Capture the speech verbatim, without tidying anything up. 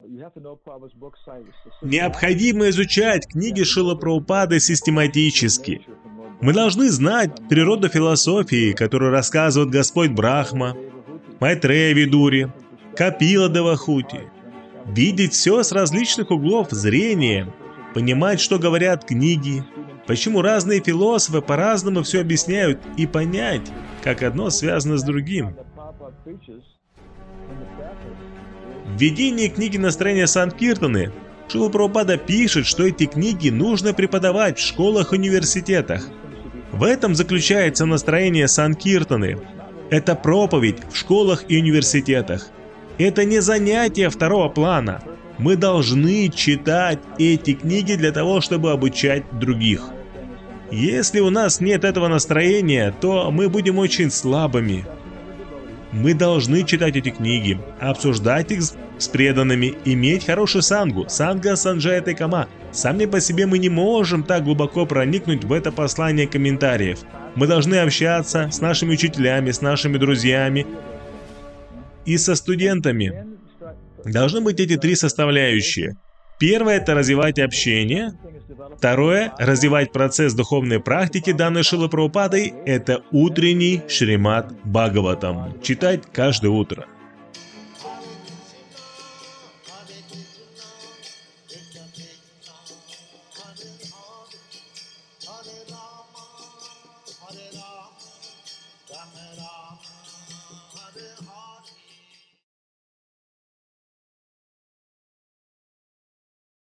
Необходимо изучать книги Шрилы Прабхупады систематически. Мы должны знать природу философии, которую рассказывает Господь Брахма, Майтрея Видури, Капила Девахути. Видеть все с различных углов зрения, понимать, что говорят книги, почему разные философы по-разному все объясняют, и понять, как одно связано с другим. В введении книги «Настроение Санкиртаны» Шрила Прабхупада пишет, что эти книги нужно преподавать в школах и университетах. В этом заключается настроение Санкиртаны. Это проповедь в школах и университетах. Это не занятие второго плана. Мы должны читать эти книги для того, чтобы обучать других. Если у нас нет этого настроения, то мы будем очень слабыми. Мы должны читать эти книги, обсуждать их с преданными, иметь хорошую сангу, санга санджаята кама. Сами по себе мы не можем так глубоко проникнуть в это послание комментариев. Мы должны общаться с нашими учителями, с нашими друзьями и со студентами. Должны быть эти три составляющие. Первое – это развивать общение. Второе – развивать процесс духовной практики, данной Шрилой Прабхупадой. Это утренний Шримад Бхагаватам. Читать каждое утро.